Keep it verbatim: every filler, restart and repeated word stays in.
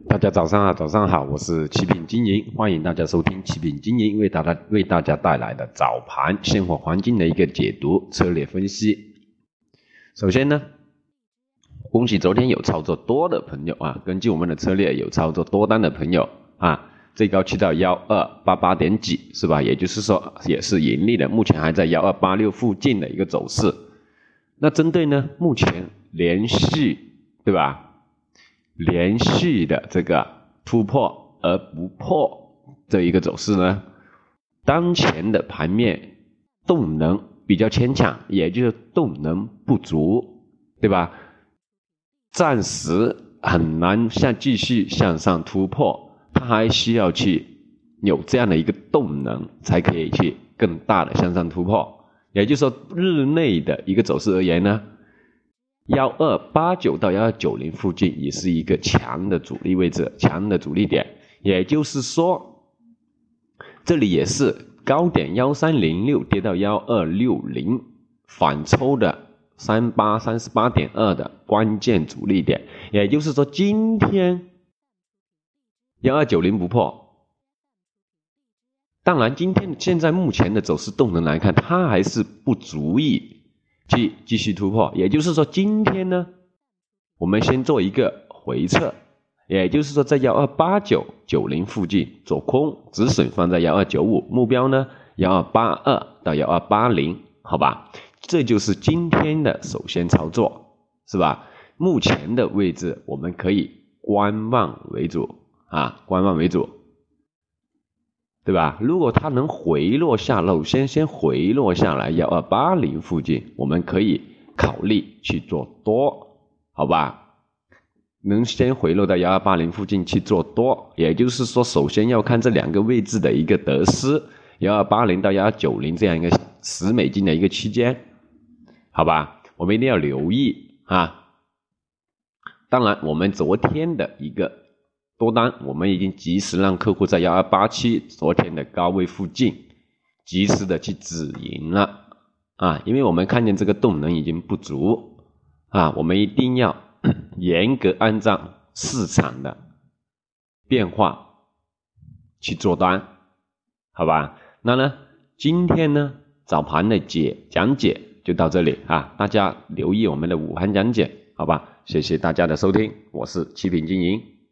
大家早上好，早上好，我是奇品经营，欢迎大家收听奇品经营为大家为大家带来的早盘现货黄金的一个解读策略分析。首先呢，恭喜昨天有操作多的朋友啊，根据我们的策略有操作多单的朋友啊，最高去到一二八八点几是吧？也就是说也是盈利的，目前还在一二八六附近的一个走势。那针对呢目前连续对吧？连续的这个突破而不破这一个走势呢，当前的盘面动能比较牵强，也就是动能不足，对吧？暂时很难向继续向上突破，它还需要去有这样的一个动能，才可以去更大的向上突破。也就是说，日内的一个走势而言呢，一二八九到一二九零附近也是一个强的阻力位置，强的阻力点。也就是说，这里也是高点一三零六跌到一二六零，反抽的三八 三十八点二的关键阻力点。也就是说，今天一二九零不破。当然，今天现在目前的走势动能来看，它还是不足以去继续突破。也就是说，今天呢，我们先做一个回撤，也就是说，在一二八九九零附近做空，止损放在一二九五，目标呢一二八二到一二八零，好吧？这就是今天的首先操作，是吧？目前的位置我们可以观望为主啊，观望为主。对吧？如果它能回落下漏，先先回落下来一二八零附近，我们可以考虑去做多，好吧？能先回落到一二八零附近去做多，也就是说，首先要看这两个位置的一个得失，一二八零到一二九零这样一个十美金的一个区间，好吧？我们一定要留意啊。当然，我们昨天的一个多单我们已经及时让客户在一二八七昨天的高位附近及时的去止盈了啊，因为我们看见这个动能已经不足啊，我们一定要严格按照市场的变化去做单，好吧？那呢，今天呢早盘的解讲解就到这里啊，大家留意我们的午盘讲解，好吧？谢谢大家的收听，我是奇品经营。